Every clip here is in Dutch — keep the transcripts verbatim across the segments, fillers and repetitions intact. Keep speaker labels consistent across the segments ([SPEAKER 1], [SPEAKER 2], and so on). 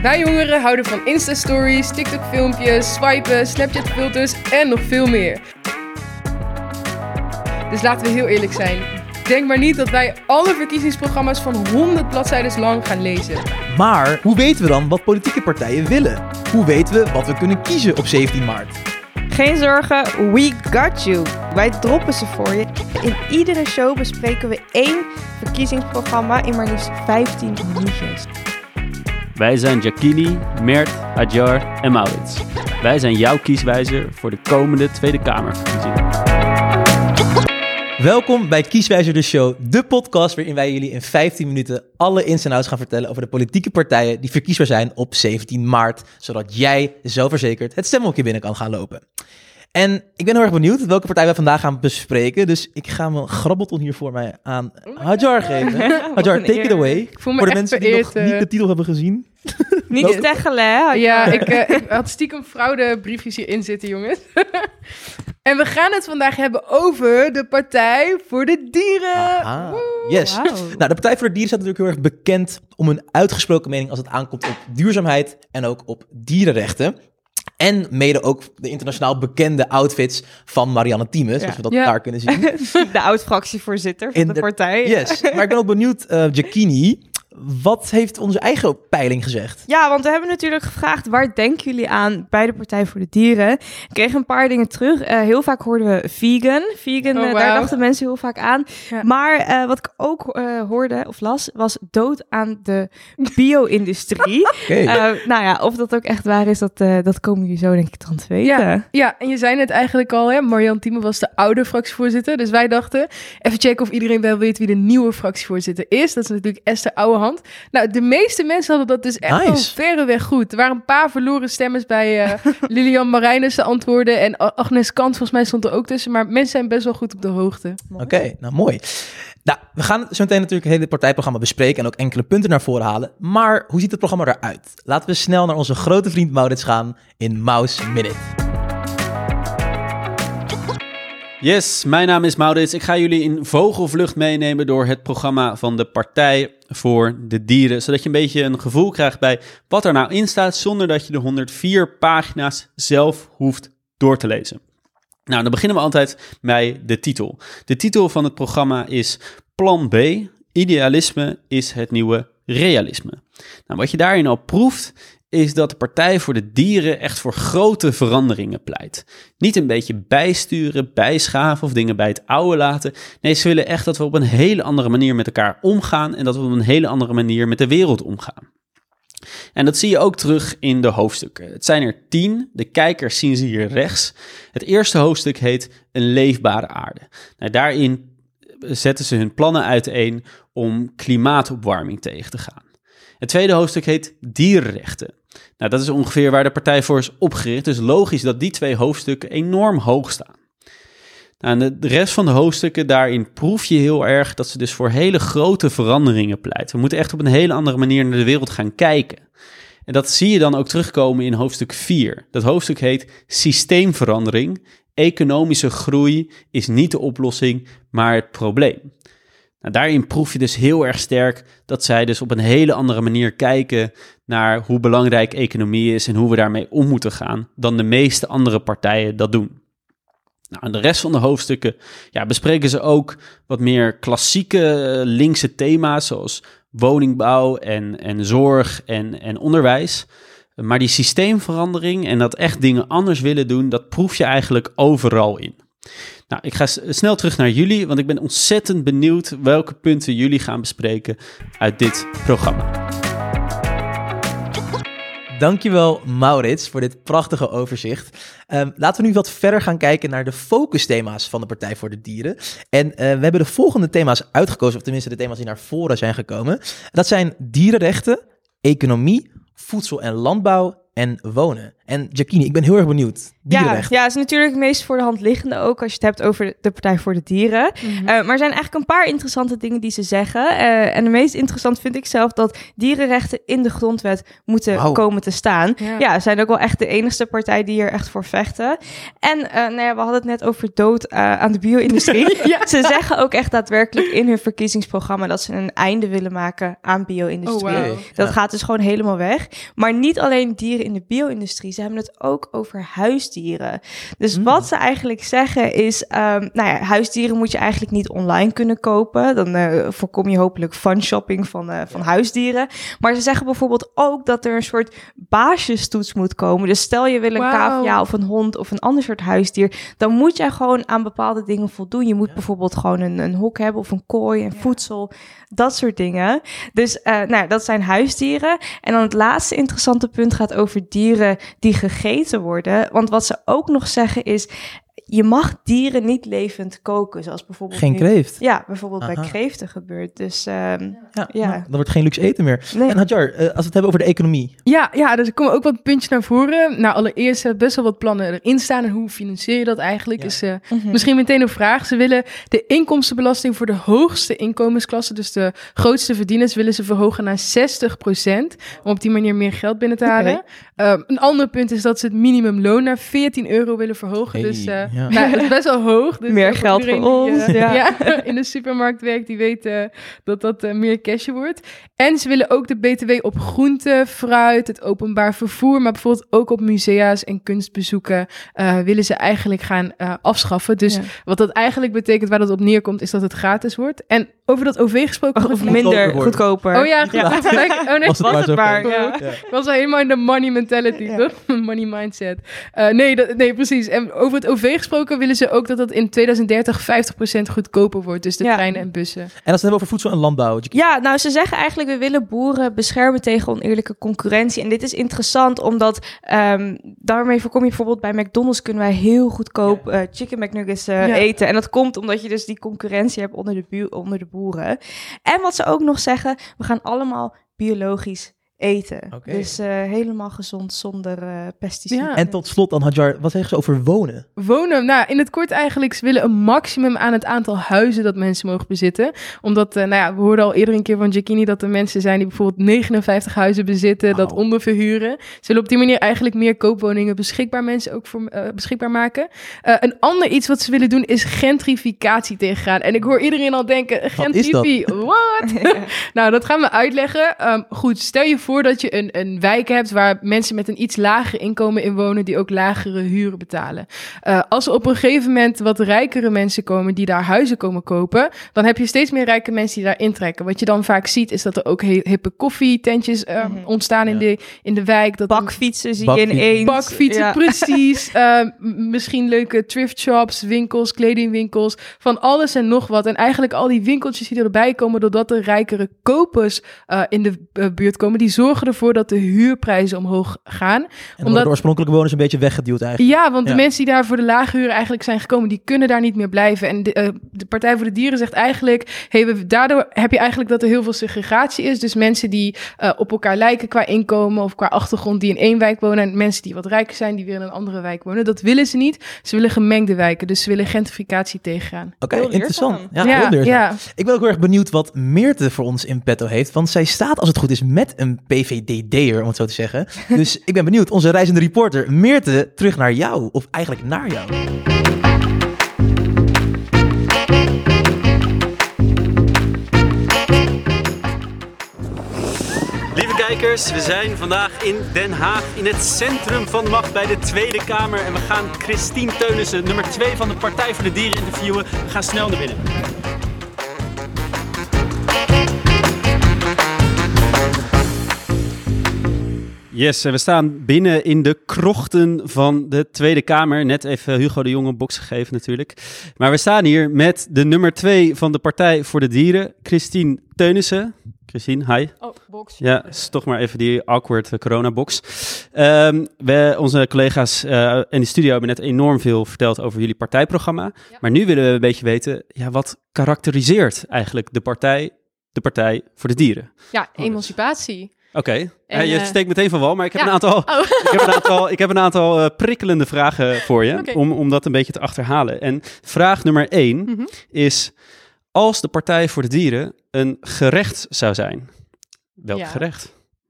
[SPEAKER 1] Wij jongeren houden van Insta-stories, TikTok-filmpjes, swipen, Snapchat-filters en nog veel meer. Dus laten we heel eerlijk zijn. Denk maar niet dat wij alle verkiezingsprogramma's van honderd bladzijden lang gaan lezen.
[SPEAKER 2] Maar hoe weten we dan wat politieke partijen willen? Hoe weten we wat we kunnen kiezen op zeventien maart?
[SPEAKER 3] Geen zorgen, we got you. Wij droppen ze voor je. In iedere show bespreken we één verkiezingsprogramma in maar liefst vijftien minuutjes.
[SPEAKER 4] Wij zijn Jacquini, Mert, Hadjar en Maurits. Wij zijn jouw kieswijzer voor de komende Tweede Kamerverkiezingen.
[SPEAKER 2] Welkom bij Kieswijzer de Show, de podcast waarin wij jullie in vijftien minuten alle ins en outs gaan vertellen over de politieke partijen die verkiesbaar zijn op zeventien maart, zodat jij zelfverzekerd het stemhokje binnen kan gaan lopen. En ik ben heel erg benieuwd welke partij we vandaag gaan bespreken, dus ik ga mijn grabbelton hier voor mij aan Hadjar geven. Hadjar, take it away. Voor de mensen die nog niet de titel hebben gezien.
[SPEAKER 3] Niet steggelen, hè?
[SPEAKER 1] Ja, ik, uh, ik had stiekem fraudebriefjes hierin zitten, jongens. En we gaan het vandaag hebben over de Partij voor de Dieren.
[SPEAKER 2] Aha, yes.
[SPEAKER 3] Wow.
[SPEAKER 2] Nou, de Partij voor de Dieren staat natuurlijk heel erg bekend om hun uitgesproken mening als het aankomt op duurzaamheid en ook op dierenrechten. En mede ook de internationaal bekende outfits van Marianne Thieme, zoals ja. we dat ja. daar kunnen zien.
[SPEAKER 3] De oud-fractievoorzitter van de, de partij.
[SPEAKER 2] Yes, maar ik ben ook benieuwd, uh, Jacquini, wat heeft onze eigen peiling gezegd?
[SPEAKER 3] Ja, want we hebben natuurlijk gevraagd, waar denken jullie aan bij de Partij voor de Dieren? Ik kreeg een paar dingen terug. Uh, heel vaak hoorden we vegan. Vegan,
[SPEAKER 1] oh, wow.
[SPEAKER 3] uh, daar dachten mensen heel vaak aan.
[SPEAKER 1] Ja.
[SPEAKER 3] Maar uh, wat ik ook uh, hoorde of las, was dood aan de bio-industrie.
[SPEAKER 2] Okay.
[SPEAKER 3] uh, nou ja, of dat ook echt waar is, dat, uh, dat komen jullie zo denk ik dan te weten.
[SPEAKER 1] Ja, ja, en je zei net eigenlijk al, hè, Marianne Thieme was de oude fractievoorzitter. Dus wij dachten, even checken of iedereen wel weet wie de nieuwe fractievoorzitter is. Dat is natuurlijk Esther Ouwehand. Nou, de meeste mensen hadden dat dus echt
[SPEAKER 2] nice.
[SPEAKER 1] wel verreweg goed. Er waren een paar verloren stemmers bij uh, Lilian Marijnissen antwoorden. En Agnes Kant, volgens mij stond er ook tussen. Maar mensen zijn best wel goed op de hoogte.
[SPEAKER 2] Oké, okay, nou mooi. Nou, we gaan zo meteen natuurlijk het hele partijprogramma bespreken en ook enkele punten naar voren halen. Maar hoe ziet het programma eruit? Laten we snel naar onze grote vriend Maurits gaan in Maus Minute.
[SPEAKER 4] Yes, mijn naam is Maurits. Ik ga jullie in vogelvlucht meenemen door het programma van de Partij voor de Dieren. Zodat je een beetje een gevoel krijgt bij wat er nou in staat, zonder dat je de honderdvier pagina's zelf hoeft door te lezen. Nou, dan beginnen we altijd bij de titel. De titel van het programma is Plan B. Idealisme is het nieuwe realisme. Nou, wat je daarin al proeft, is dat de Partij voor de Dieren echt voor grote veranderingen pleit. Niet een beetje bijsturen, bijschaven of dingen bij het oude laten. Nee, ze willen echt dat we op een hele andere manier met elkaar omgaan en dat we op een hele andere manier met de wereld omgaan. En dat zie je ook terug in de hoofdstukken. Het zijn er tien, de kijkers zien ze hier rechts. Het eerste hoofdstuk heet Een leefbare aarde. Nou, daarin zetten ze hun plannen uiteen om klimaatopwarming tegen te gaan. Het tweede hoofdstuk heet Dierenrechten. Nou, dat is ongeveer waar de partij voor is opgericht. Dus logisch dat die twee hoofdstukken enorm hoog staan. Nou, en de rest van de hoofdstukken, daarin proef je heel erg dat ze dus voor hele grote veranderingen pleiten. We moeten echt op een hele andere manier naar de wereld gaan kijken. En dat zie je dan ook terugkomen in hoofdstuk vier. Dat hoofdstuk heet Systeemverandering. Economische groei is niet de oplossing, maar het probleem. Nou, daarin proef je dus heel erg sterk dat zij dus op een hele andere manier kijken naar hoe belangrijk economie is en hoe we daarmee om moeten gaan dan de meeste andere partijen dat doen. Nou, en de rest van de hoofdstukken ja, bespreken ze ook wat meer klassieke linkse thema's zoals woningbouw en, en zorg en, en onderwijs. Maar die systeemverandering en dat echt dingen anders willen doen, dat proef je eigenlijk overal in. Nou, ik ga s- snel terug naar jullie, want ik ben ontzettend benieuwd welke punten jullie gaan bespreken uit dit programma.
[SPEAKER 2] Dankjewel Maurits voor dit prachtige overzicht. Um, laten we nu wat verder gaan kijken naar de focusthema's van de Partij voor de Dieren. En uh, we hebben de volgende thema's uitgekozen, of tenminste de thema's die naar voren zijn gekomen. Dat zijn dierenrechten, economie, voedsel en landbouw en wonen. En Jacquini, ik ben heel erg benieuwd.
[SPEAKER 3] Ja,
[SPEAKER 2] Dierenrechten.
[SPEAKER 3] ja, het is natuurlijk het meest voor de hand liggende ook als je het hebt over de Partij voor de Dieren.
[SPEAKER 1] Mhm.
[SPEAKER 3] Uh, maar er zijn eigenlijk een paar interessante dingen die ze zeggen. Uh, en de meest interessant vind ik zelf dat dierenrechten in de grondwet moeten
[SPEAKER 2] Wauw.
[SPEAKER 3] komen te staan.
[SPEAKER 1] Ja.
[SPEAKER 3] Ja, ze zijn ook wel echt de enigste partij die hier echt voor vechten. En uh, nou ja, we hadden het net over dood uh, aan de bio-industrie.
[SPEAKER 1] Ja.
[SPEAKER 3] Ze zeggen ook echt daadwerkelijk in hun verkiezingsprogramma dat ze een einde willen maken aan bio-industrie.
[SPEAKER 1] Oh, wauw.
[SPEAKER 3] Dat
[SPEAKER 2] Ja.
[SPEAKER 3] gaat dus gewoon helemaal weg. Maar niet alleen dieren in de bio-industrie. Ze hebben het ook over huisdieren. Dus
[SPEAKER 2] Mm.
[SPEAKER 3] wat ze eigenlijk zeggen is... Um, nou ja, huisdieren moet je eigenlijk niet online kunnen kopen. Dan uh, voorkom je hopelijk fun shopping van, uh, van huisdieren. Maar ze zeggen bijvoorbeeld ook dat er een soort baasjestoets moet komen. Dus stel je wil een
[SPEAKER 1] Wauw.
[SPEAKER 3] cavia of een hond of een ander soort huisdier... dan moet jij gewoon aan bepaalde dingen voldoen. Je moet bijvoorbeeld gewoon een, een hok hebben of een kooi en voedsel. Dat soort dingen. Dus uh, nou, dat zijn huisdieren. En dan het laatste interessante punt gaat over dieren die gegeten worden. Want wat ze ook nog zeggen is... je mag dieren niet levend koken. Zoals bijvoorbeeld
[SPEAKER 2] Geen
[SPEAKER 3] nu-
[SPEAKER 2] kreeft.
[SPEAKER 3] Ja, bijvoorbeeld
[SPEAKER 2] Aha.
[SPEAKER 3] bij kreeften gebeurt. Dus um,
[SPEAKER 2] Ja,
[SPEAKER 3] Ja.
[SPEAKER 2] nou, dan wordt geen luxe eten meer.
[SPEAKER 3] Nee.
[SPEAKER 2] En Hadjar, uh, als we het hebben over de economie.
[SPEAKER 1] Ja, ja, dus er komen ook wat puntjes naar voren. Nou, allereerst hebben best wel wat plannen erin staan. En hoe financier je dat eigenlijk?
[SPEAKER 2] Ja.
[SPEAKER 1] Is uh,
[SPEAKER 3] Mhm.
[SPEAKER 1] misschien meteen een vraag. Ze willen de inkomstenbelasting voor de hoogste inkomensklasse, dus de grootste verdieners, willen ze verhogen naar zestig procent. Om op die manier meer geld binnen te
[SPEAKER 3] Oké.
[SPEAKER 1] halen. Um, een ander punt is dat ze het minimumloon naar veertien euro willen verhogen.
[SPEAKER 2] Hey,
[SPEAKER 1] dus uh,
[SPEAKER 2] ja.
[SPEAKER 1] nou, dat is best wel hoog. Dus
[SPEAKER 3] Meer
[SPEAKER 1] uh,
[SPEAKER 3] geld
[SPEAKER 1] iedereen
[SPEAKER 3] voor
[SPEAKER 1] die,
[SPEAKER 3] ons,
[SPEAKER 1] uh,
[SPEAKER 3] ja.
[SPEAKER 1] ja, in de supermarkt werkt, die weet uh, dat dat uh, meer cash wordt. En ze willen ook de B T W op groente, fruit, het openbaar vervoer, maar bijvoorbeeld ook op musea's en kunstbezoeken uh, willen ze eigenlijk gaan uh, afschaffen. Dus
[SPEAKER 3] Ja.
[SPEAKER 1] wat dat eigenlijk betekent, waar dat op neerkomt, is dat het gratis wordt. En over dat O V gesproken...
[SPEAKER 3] Of
[SPEAKER 1] nog even-
[SPEAKER 3] minder
[SPEAKER 2] Goedkoper worden.
[SPEAKER 3] goedkoper.
[SPEAKER 1] Oh ja, goed.
[SPEAKER 3] Ja.
[SPEAKER 1] Gelijk. Oh nee,
[SPEAKER 2] Was het
[SPEAKER 3] Was
[SPEAKER 2] maar
[SPEAKER 3] het
[SPEAKER 2] zo
[SPEAKER 3] maar,
[SPEAKER 2] ver.
[SPEAKER 3] ja.
[SPEAKER 2] Ja.
[SPEAKER 1] ik was al helemaal in de money mentality,
[SPEAKER 3] Ja.
[SPEAKER 1] toch? Money mindset. Uh, nee, dat, nee, precies. En over het O V gesproken willen ze ook dat dat in tweeduizend dertig vijftig procent goedkoper wordt. Dus de
[SPEAKER 3] Ja.
[SPEAKER 1] treinen en bussen.
[SPEAKER 2] En als we het hebben over voedsel en landbouw. Jacquini.
[SPEAKER 3] Ja, nou, ze zeggen eigenlijk, we willen boeren beschermen tegen oneerlijke concurrentie. En dit is interessant, omdat um, daarmee voorkom je bijvoorbeeld bij McDonald's kunnen wij heel goedkoop uh, chicken McNuggets uh,
[SPEAKER 1] Ja.
[SPEAKER 3] eten. En dat komt omdat je dus die concurrentie hebt onder de, bu- onder de boeren. En wat ze ook nog zeggen, we gaan allemaal biologisch eten.
[SPEAKER 2] Oké.
[SPEAKER 3] Dus uh, helemaal gezond zonder uh, pesticiden.
[SPEAKER 1] Ja.
[SPEAKER 2] En tot slot dan, Hadjar, wat zeggen ze over wonen?
[SPEAKER 1] Wonen, nou in het kort eigenlijk, ze willen een maximum aan het aantal huizen dat mensen mogen bezitten. Omdat, uh, nou ja, we hoorden al eerder een keer van Jacquini dat er mensen zijn die bijvoorbeeld negenenvijftig huizen bezitten, dat
[SPEAKER 2] Wauw.
[SPEAKER 1] onderverhuren. Ze willen op die manier eigenlijk meer koopwoningen beschikbaar mensen ook voor, uh, beschikbaar maken. Uh, een ander iets wat ze willen doen is gentrificatie tegengaan. En ik hoor iedereen al denken, gentrifi, what? Nou, dat gaan we uitleggen. Um, goed, stel je voor dat je een, een wijk hebt waar mensen met een iets lager inkomen in wonen die ook lagere huren betalen. Uh, als er op een gegeven moment wat rijkere mensen komen die daar huizen komen kopen, dan heb je steeds meer rijke mensen die daar intrekken. Wat je dan vaak ziet is dat er ook he- hippe koffietentjes uh,
[SPEAKER 3] Mhm.
[SPEAKER 1] ontstaan in,
[SPEAKER 2] Ja.
[SPEAKER 1] de, in de wijk. Dat
[SPEAKER 3] Bakfietsen zie je
[SPEAKER 2] Bakfietsen.
[SPEAKER 3] ineens.
[SPEAKER 1] Bakfietsen,
[SPEAKER 3] Ja.
[SPEAKER 1] precies. Uh, m- misschien leuke thrift shops, winkels, kledingwinkels, van alles en nog wat. En eigenlijk al die winkeltjes die erbij komen doordat er rijkere kopers uh, in de uh, buurt komen, die zorgen ervoor dat de huurprijzen omhoog gaan.
[SPEAKER 2] En dan
[SPEAKER 1] Omdat-
[SPEAKER 2] worden de oorspronkelijke bewoners een beetje weggeduwd eigenlijk.
[SPEAKER 1] Ja, want
[SPEAKER 2] Ja.
[SPEAKER 1] de mensen die daar voor de lage huur eigenlijk zijn gekomen, die kunnen daar niet meer blijven. En de, uh, de Partij voor de Dieren zegt eigenlijk, hey, we, daardoor heb je eigenlijk dat er heel veel segregatie is. Dus mensen die uh, op elkaar lijken qua inkomen of qua achtergrond, die in één wijk wonen, en mensen die wat rijker zijn, die weer in een andere wijk wonen. Dat willen ze niet. Ze willen gemengde wijken, dus ze willen gentrificatie tegengaan.
[SPEAKER 2] Oké,
[SPEAKER 3] Heel
[SPEAKER 2] interessant.
[SPEAKER 3] leerzaam.
[SPEAKER 2] Ja, heel leerzaam.
[SPEAKER 1] ja.
[SPEAKER 2] Ik ben ook heel erg benieuwd wat Meerte voor ons in petto heeft. Want zij staat, als het goed is, met een P V D D'er, om het zo te zeggen. Dus ik ben benieuwd. Onze reizende reporter Meerte, terug naar jou. Of eigenlijk naar jou.
[SPEAKER 4] Lieve kijkers, we zijn vandaag in Den Haag, in het centrum van macht bij de Tweede Kamer. En we gaan Christine Teunissen, nummer twee van de Partij voor de Dieren, interviewen. We gaan snel naar binnen. Yes, en we staan binnen in de krochten van de Tweede Kamer. Net even Hugo de Jonge een box gegeven natuurlijk. Maar we staan hier met de nummer twee van de Partij voor de Dieren, Christine Teunissen. Christine, hi.
[SPEAKER 1] Oh, box.
[SPEAKER 4] Ja, is toch maar even die awkward uh, coronabox. Um, we, onze collega's uh, in de studio hebben net enorm veel verteld over jullie partijprogramma.
[SPEAKER 1] Ja.
[SPEAKER 4] Maar nu willen we een beetje weten, ja, wat karakteriseert eigenlijk de partij, de Partij voor de Dieren?
[SPEAKER 5] Ja, emancipatie.
[SPEAKER 4] Oké, okay.
[SPEAKER 1] En,
[SPEAKER 4] je
[SPEAKER 1] uh,
[SPEAKER 4] steekt meteen van wal, maar ik heb
[SPEAKER 1] ja.
[SPEAKER 4] een aantal,
[SPEAKER 1] oh.
[SPEAKER 4] ik heb een aantal, ik heb een aantal uh, prikkelende vragen voor je, okay. om, om dat een beetje te achterhalen. En vraag nummer één mm-hmm. is, als de Partij voor de Dieren een gerecht zou zijn, welk ja. gerecht?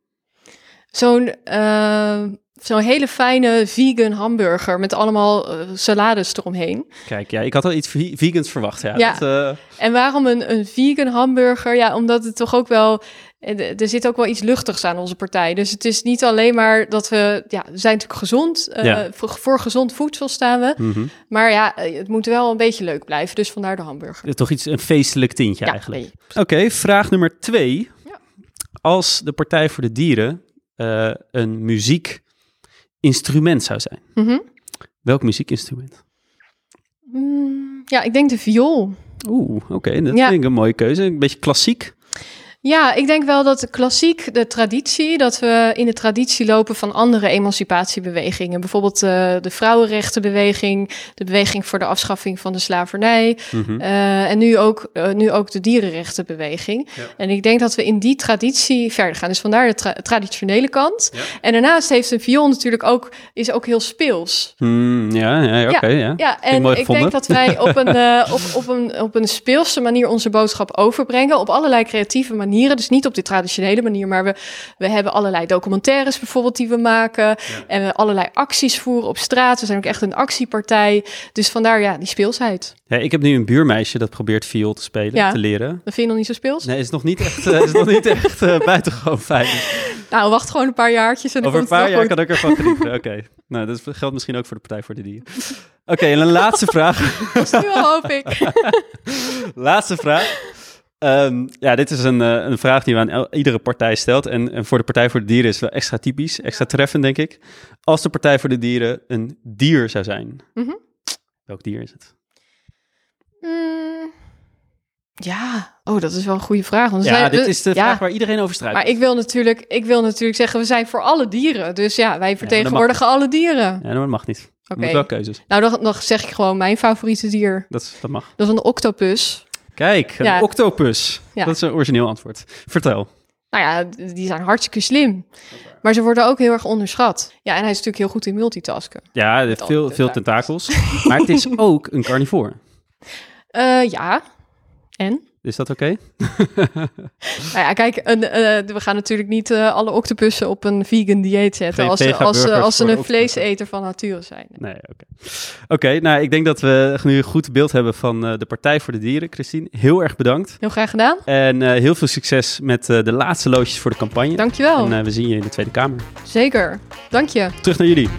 [SPEAKER 5] Zo'n, uh, zo'n hele fijne vegan hamburger met allemaal uh, salades eromheen.
[SPEAKER 4] Kijk, ja, ik had al iets vegans verwacht. Ja.
[SPEAKER 5] ja.
[SPEAKER 4] Dat, uh...
[SPEAKER 5] En waarom een, een vegan hamburger? Ja, omdat het toch ook wel... Er zit ook wel iets luchtigs aan onze partij. Dus het is niet alleen maar dat we... Ja, we zijn natuurlijk gezond. Uh, ja. voor, voor gezond voedsel staan we. Mm-hmm. Maar ja, het moet wel een beetje leuk blijven. Dus vandaar de hamburger.
[SPEAKER 4] Toch iets, een feestelijk tintje
[SPEAKER 5] ja,
[SPEAKER 4] eigenlijk.
[SPEAKER 5] Nee.
[SPEAKER 4] Oké, okay, vraag nummer twee. Ja. Als de Partij voor de Dieren uh, een muziekinstrument zou zijn. Mm-hmm. Welk muziekinstrument?
[SPEAKER 5] Mm, ja, ik denk de viool.
[SPEAKER 4] Oeh, oké. Okay, dat ja. vind ik een mooie keuze. Een beetje klassiek.
[SPEAKER 5] Ja, ik denk wel dat de klassiek, de traditie, dat we in de traditie lopen van andere emancipatiebewegingen. Bijvoorbeeld uh, de vrouwenrechtenbeweging, de beweging voor de afschaffing van de slavernij. Mm-hmm. Uh, en nu ook, uh, nu ook de dierenrechtenbeweging. Ja. En ik denk dat we in die traditie verder gaan. Dus vandaar de tra- traditionele kant. Ja. En daarnaast heeft een viool natuurlijk ook, is ook heel speels.
[SPEAKER 4] Mm, ja, ja oké. Okay, ja, ja.
[SPEAKER 5] ja, en ik, ik denk dat wij op een, uh, op, op, een, op een speelse manier onze boodschap overbrengen. Op allerlei creatieve manieren. Dus niet op de traditionele manier, maar we, we hebben allerlei documentaires bijvoorbeeld die we maken. Ja. En we allerlei acties voeren op straat. We zijn ook echt een actiepartij. Dus vandaar ja, die speelsheid.
[SPEAKER 4] Ja, ik heb nu een buurmeisje dat probeert viool te spelen, ja. te leren.
[SPEAKER 5] Dat vind je nog niet zo speels?
[SPEAKER 4] Nee, is nog niet echt, uh, is nog niet echt uh, buitengewoon fijn.
[SPEAKER 5] Nou, wacht gewoon een paar jaartjes. En dan
[SPEAKER 4] Over een
[SPEAKER 5] komt
[SPEAKER 4] paar jaar
[SPEAKER 5] goed.
[SPEAKER 4] kan ik ervan genieten. Oké, okay. Nou, dat geldt misschien ook voor de Partij voor de Dieren. Oké, okay, en een laatste vraag.
[SPEAKER 5] Dat is nu al, hoop ik.
[SPEAKER 4] Laatste vraag. Um, ja, dit is een, uh, een vraag die we aan el- iedere partij stelt. En, en voor de Partij voor de Dieren is het wel extra typisch, extra treffend, denk ik. Als de Partij voor de Dieren een dier zou zijn, mm-hmm. welk dier is het?
[SPEAKER 5] Mm, ja, oh, dat is wel een goede vraag. Want
[SPEAKER 4] ja,
[SPEAKER 5] zijn,
[SPEAKER 4] dit
[SPEAKER 5] uh,
[SPEAKER 4] is de
[SPEAKER 5] ja,
[SPEAKER 4] vraag waar iedereen over strijdt.
[SPEAKER 5] Maar ik wil, natuurlijk, ik wil natuurlijk zeggen, we zijn voor alle dieren. Dus ja, wij vertegenwoordigen ja, alle dieren.
[SPEAKER 4] Ja, dat mag niet.
[SPEAKER 5] Oké.
[SPEAKER 4] Okay. Wel keuzes.
[SPEAKER 5] Nou, dan, dan zeg ik gewoon mijn favoriete dier.
[SPEAKER 4] Dat, dat mag.
[SPEAKER 5] Dat is een octopus.
[SPEAKER 4] Kijk, een ja. octopus. Ja. Dat is een origineel antwoord. Vertel.
[SPEAKER 5] Nou ja, die zijn hartstikke slim. Maar ze worden ook heel erg onderschat. Ja, en hij is natuurlijk heel goed in multitasken.
[SPEAKER 4] Ja, hij heeft veel, veel tentakels. Maar het is ook een carnivoor.
[SPEAKER 5] Uh, ja. En?
[SPEAKER 4] Is dat oké?
[SPEAKER 5] Okay? nou ja, kijk, een, uh, we gaan natuurlijk niet uh, alle octopussen op een vegan dieet zetten. Geen als ze, als, uh, als ze een vleeseter van nature zijn.
[SPEAKER 4] Nee, oké. Okay. Oké, okay, nou, ik denk dat we nu een goed beeld hebben van uh, de Partij voor de Dieren. Christine, heel erg bedankt.
[SPEAKER 5] Heel graag gedaan.
[SPEAKER 4] En uh, heel veel succes met uh, de laatste loodjes voor de campagne.
[SPEAKER 5] Dankjewel.
[SPEAKER 4] En uh, we zien je in de Tweede Kamer.
[SPEAKER 5] Zeker. Dank je.
[SPEAKER 4] Terug naar jullie.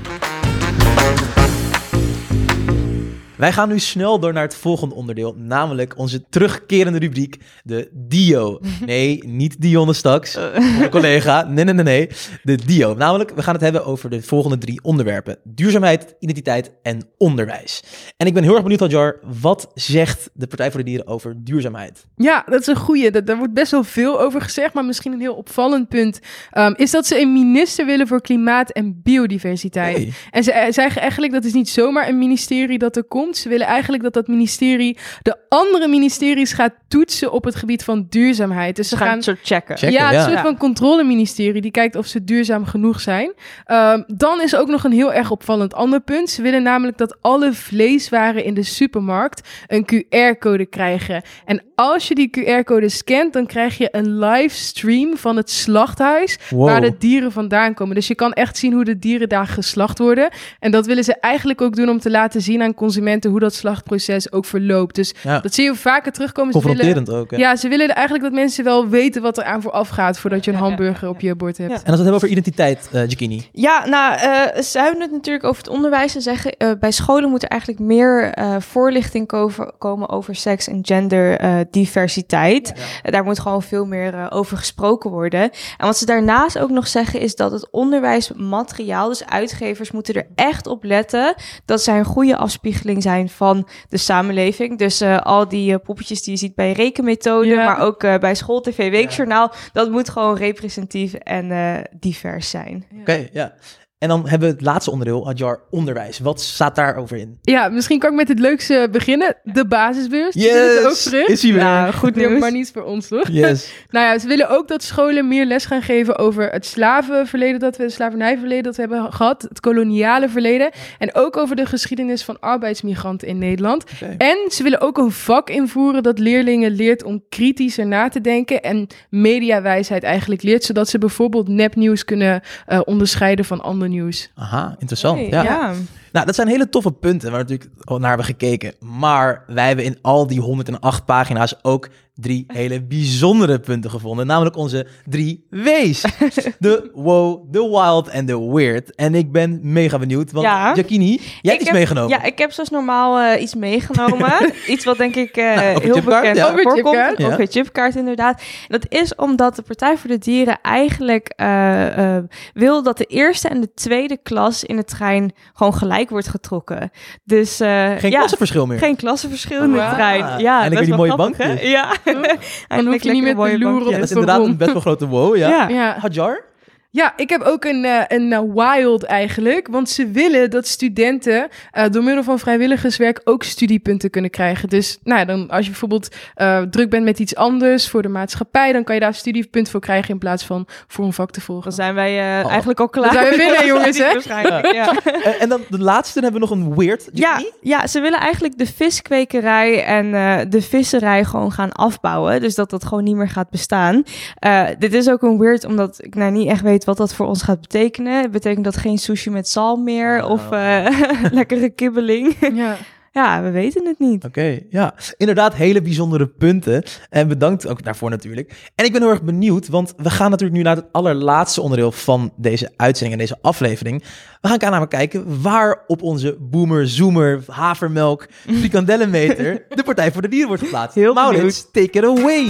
[SPEAKER 2] Wij gaan nu snel door naar het volgende onderdeel, namelijk onze terugkerende rubriek, de Dio. Nee, niet Dionne Staks, mijn collega. Nee, nee, nee, nee. De Dio. Namelijk, we gaan het hebben over de volgende drie onderwerpen. Duurzaamheid, identiteit en onderwijs. En ik ben heel erg benieuwd, Hadjar, wat zegt de Partij voor de Dieren over duurzaamheid?
[SPEAKER 1] Ja, dat is een goeie. Dat, daar wordt best wel veel over gezegd, maar misschien een heel opvallend punt um, is dat ze een minister willen voor klimaat en biodiversiteit. Hey. En ze zeggen eigenlijk, dat is niet zomaar een ministerie dat er komt. Ze willen eigenlijk dat dat ministerie de andere ministeries gaat toetsen op het gebied van duurzaamheid. Dus ze gaan
[SPEAKER 3] een soort checken.
[SPEAKER 1] checken. Ja, een ja. soort van controleministerie die kijkt of ze duurzaam genoeg zijn. Um, dan is ook nog een heel erg opvallend ander punt. Ze willen namelijk dat alle vleeswaren in de supermarkt een Q R-code krijgen. En als je die Q R-code scant, dan krijg je een livestream van het slachthuis wow. waar de dieren vandaan komen. Dus je kan echt zien hoe de dieren daar geslacht worden. En dat willen ze eigenlijk ook doen om te laten zien aan consumenten hoe dat slachtproces ook verloopt. Dus ja. dat zie je vaker terugkomen.
[SPEAKER 2] Confronterend
[SPEAKER 1] willen,
[SPEAKER 2] ook. Ja.
[SPEAKER 1] ja, ze willen eigenlijk dat mensen wel weten wat er aan vooraf gaat voordat je een hamburger op je bord hebt.
[SPEAKER 2] Ja. En als we het hebben over identiteit, uh, Jacquini.
[SPEAKER 3] Ja, nou, uh, ze hebben het natuurlijk over het onderwijs. Ze zeggen, uh, bij scholen moet er eigenlijk meer uh, voorlichting ko- komen over seks en gender uh, diversiteit. Ja, ja. Daar moet gewoon veel meer uh, over gesproken worden. En wat ze daarnaast ook nog zeggen is dat het onderwijsmateriaal, dus uitgevers moeten er echt op letten dat zij een goede afspiegeling zijn van de samenleving. Dus uh, al die uh, poppetjes die je ziet bij rekenmethode, ja. maar ook uh, bij School T V Weekjournaal, ja. dat moet gewoon representatief en uh, divers zijn.
[SPEAKER 2] Ja. Oké, okay, ja. En dan hebben we het laatste onderdeel, Hadjar, onderwijs. Wat staat daarover in?
[SPEAKER 1] Ja, misschien kan ik met het leukste beginnen. De basisbeurs. Die
[SPEAKER 2] Yes,
[SPEAKER 1] willen ze ook terug.
[SPEAKER 2] is hij weer.
[SPEAKER 3] Ja, goed nieuws.
[SPEAKER 1] Maar niet voor ons, toch?
[SPEAKER 2] Yes.
[SPEAKER 1] Nou ja, ze willen ook dat scholen meer les gaan geven over het slavenverleden dat we, het slavernijverleden dat we hebben gehad, het koloniale verleden en ook over de geschiedenis van arbeidsmigranten in Nederland.
[SPEAKER 2] Okay.
[SPEAKER 1] En ze willen ook een vak invoeren dat leerlingen leert om kritischer na te denken en mediawijsheid eigenlijk leert, zodat ze bijvoorbeeld nepnieuws kunnen uh, onderscheiden van ander nieuws.
[SPEAKER 2] Aha, interessant.
[SPEAKER 3] Hey,
[SPEAKER 2] ja.
[SPEAKER 3] ja.
[SPEAKER 2] Nou, dat zijn hele toffe punten waar we natuurlijk naar hebben gekeken. Maar wij hebben in al die honderdacht pagina's ook drie hele bijzondere punten gevonden. Namelijk onze drie W's. De wow, de wild en de weird. En ik ben mega benieuwd, want
[SPEAKER 3] Ja.
[SPEAKER 2] Jacquini, jij hebt
[SPEAKER 3] Ik
[SPEAKER 2] iets
[SPEAKER 3] heb-
[SPEAKER 2] meegenomen.
[SPEAKER 3] Ja, ik heb zoals normaal uh, iets meegenomen. Iets wat denk ik uh,
[SPEAKER 2] Nou, over
[SPEAKER 3] heel
[SPEAKER 2] chipkaart,
[SPEAKER 3] bekend
[SPEAKER 2] ja.
[SPEAKER 1] Over
[SPEAKER 3] voorkomt.
[SPEAKER 1] chipkaart.
[SPEAKER 2] Ja.
[SPEAKER 3] Over chipkaart inderdaad. En dat is omdat de Partij voor de Dieren eigenlijk uh, uh, wil dat de eerste en de tweede klas in de trein gewoon gelijk wordt getrokken. Dus uh,
[SPEAKER 2] Geen
[SPEAKER 3] ja,
[SPEAKER 2] klassenverschil meer.
[SPEAKER 3] geen klassenverschil in de
[SPEAKER 1] Wow.
[SPEAKER 3] trein. Ja,
[SPEAKER 2] En ik
[SPEAKER 3] best
[SPEAKER 2] weer die
[SPEAKER 3] wel
[SPEAKER 2] mooie
[SPEAKER 3] grappig, hè?
[SPEAKER 2] bankjes.
[SPEAKER 3] Ja.
[SPEAKER 1] Dan hoef je niet meer te loeren op
[SPEAKER 2] Ja, dat is
[SPEAKER 1] de
[SPEAKER 2] inderdaad
[SPEAKER 1] perron.
[SPEAKER 2] een best wel grote wow, ja.
[SPEAKER 3] Ja.
[SPEAKER 1] Ja.
[SPEAKER 2] Hadjar?
[SPEAKER 1] Ja, ik heb ook een, uh, een uh, wild eigenlijk. Want ze willen dat studenten uh, door middel van vrijwilligerswerk ook studiepunten kunnen krijgen. Dus nou ja, dan als je bijvoorbeeld uh, druk bent met iets anders voor de maatschappij, dan kan je daar studiepunten voor krijgen in plaats van voor een vak te volgen.
[SPEAKER 3] Dan zijn wij uh,
[SPEAKER 2] Oh.
[SPEAKER 3] eigenlijk al klaar.
[SPEAKER 1] Dan zijn we binnen, jongens, hè?
[SPEAKER 3] Waarschijnlijk, ja.
[SPEAKER 2] Uh, en dan de laatste hebben we nog een weird.
[SPEAKER 3] Ja,
[SPEAKER 2] Jacquini?
[SPEAKER 3] ja, ze willen eigenlijk de viskwekerij en uh, de visserij gewoon gaan afbouwen. Dus dat dat gewoon niet meer gaat bestaan. Uh, dit is ook een weird, omdat ik nou niet echt weet wat dat voor ons gaat betekenen. Betekent dat geen sushi met zalm meer
[SPEAKER 2] Oh.
[SPEAKER 3] of uh, lekkere kibbeling?
[SPEAKER 1] Ja.
[SPEAKER 3] Ja, we weten het niet.
[SPEAKER 2] Oké, okay, ja. Inderdaad, hele bijzondere punten. En bedankt ook daarvoor natuurlijk. En ik ben heel erg benieuwd, want we gaan natuurlijk nu naar het allerlaatste onderdeel van deze uitzending en deze aflevering. We gaan namelijk kijken waar op onze boomer, zoomer, havermelk, frikandellenmeter de Partij voor de Dieren wordt geplaatst.
[SPEAKER 3] Heel
[SPEAKER 2] Maurits, take it away.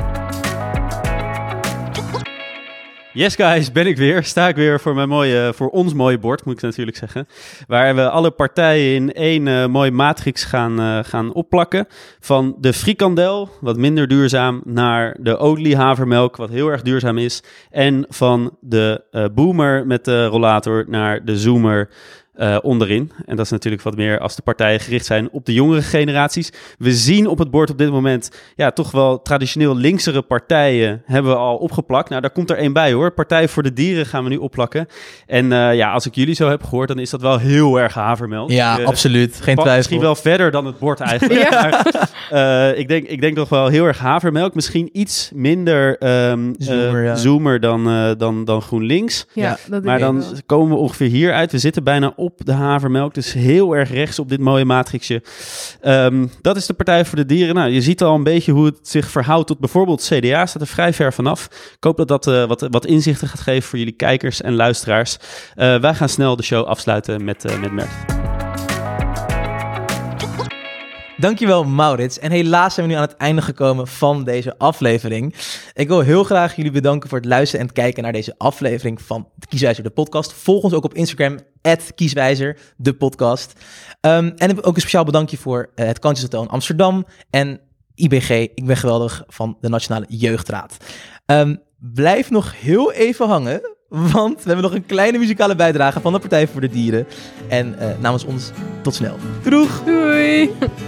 [SPEAKER 4] Yes guys, ben ik weer. Sta ik weer voor, mijn mooie, voor ons mooie bord, moet ik natuurlijk zeggen. Waar we alle partijen in één uh, mooie matrix gaan, uh, gaan opplakken. Van de frikandel, wat minder duurzaam, naar de Oatly havermelk, wat heel erg duurzaam is. En van de uh, boomer met de rollator naar de zoomer uh, onderin. En dat is natuurlijk wat meer als de partijen gericht zijn op de jongere generaties. We zien op het bord op dit moment ja, toch wel traditioneel linksere partijen hebben we al opgeplakt. Nou, daar komt er één bij hoor. Partij voor de Dieren gaan we nu opplakken. En uh, ja, als ik jullie zo heb gehoord, dan is dat wel heel erg havermelk.
[SPEAKER 2] Ja,
[SPEAKER 4] uh,
[SPEAKER 2] absoluut. Geen
[SPEAKER 4] pa-
[SPEAKER 2] twijfel.
[SPEAKER 4] Misschien wel verder dan het bord eigenlijk.
[SPEAKER 1] Ja.
[SPEAKER 4] Maar, uh, ik, denk, ik denk toch wel heel erg havermelk. Misschien iets minder um,
[SPEAKER 2] Zoomer,
[SPEAKER 4] uh,
[SPEAKER 2] ja.
[SPEAKER 4] zoomer dan, uh, dan, dan GroenLinks.
[SPEAKER 1] Ja,
[SPEAKER 2] Ja,
[SPEAKER 1] dat
[SPEAKER 4] Maar
[SPEAKER 1] denk ik
[SPEAKER 4] dan
[SPEAKER 1] wel.
[SPEAKER 4] komen we ongeveer hier uit. We zitten bijna op de havermelk. Dus heel erg rechts op dit mooie matrixje. Um, dat is de Partij voor de Dieren. Nou, je ziet al een beetje hoe het zich verhoudt tot bijvoorbeeld C D A. Staat er vrij ver vanaf. Ik hoop dat dat uh, wat, wat inzichten gaat geven voor jullie kijkers en luisteraars. Uh, wij gaan snel de show afsluiten met, uh, met Mert.
[SPEAKER 2] Dankjewel, Maurits. En helaas zijn we nu aan het einde gekomen van deze aflevering. Ik wil heel graag jullie bedanken voor het luisteren en het kijken naar deze aflevering van de Kieswijzer, de podcast. Volg ons ook op Instagram, at Kieswijzer, de podcast. Um, en ook een speciaal bedankje voor uh, het Kansjeshotel in Amsterdam en I B G, ik ben geweldig, van de Nationale Jeugdraad. Um, blijf nog heel even hangen, want we hebben nog een kleine muzikale bijdrage van de Partij voor de Dieren. En uh, namens ons, tot snel. Doeg!
[SPEAKER 1] Doei!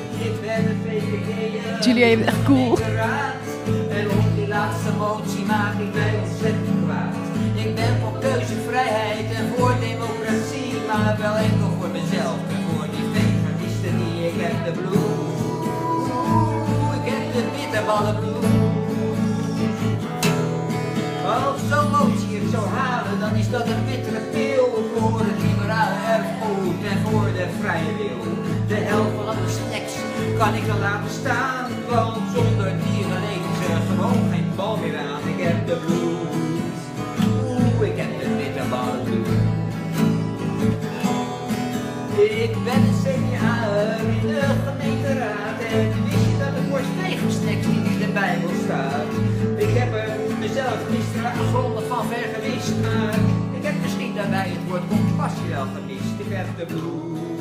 [SPEAKER 1] Julia, je bent echt cool.
[SPEAKER 6] En op die laatste motie maak ik mij ontzettend kwaad. Ik ben voor keuzevrijheid en voor democratie, maar wel enkel voor mezelf en voor die veganisten die ik heb de blues. Ik heb de bitterballen blues. Als zo'n motie het zou halen, dan is dat een bittere pil voor het liberale erfgoed en voor de vrije wil. De helft van alle snacks kan ik dan laten staan, want zonder dieren leven ze gewoon geen bal meer aan. Ik heb de blues, oeh, ik heb de bitterballen blues. Ik ben een senior in de gemeenteraad en wist je dat het woord vegensnacks niet in de Bijbel staat? Ik heb er mezelf gisteren grondig van ver gewist, maar ik heb misschien daarbij het woord compassie wel gemist. Ik heb de blues.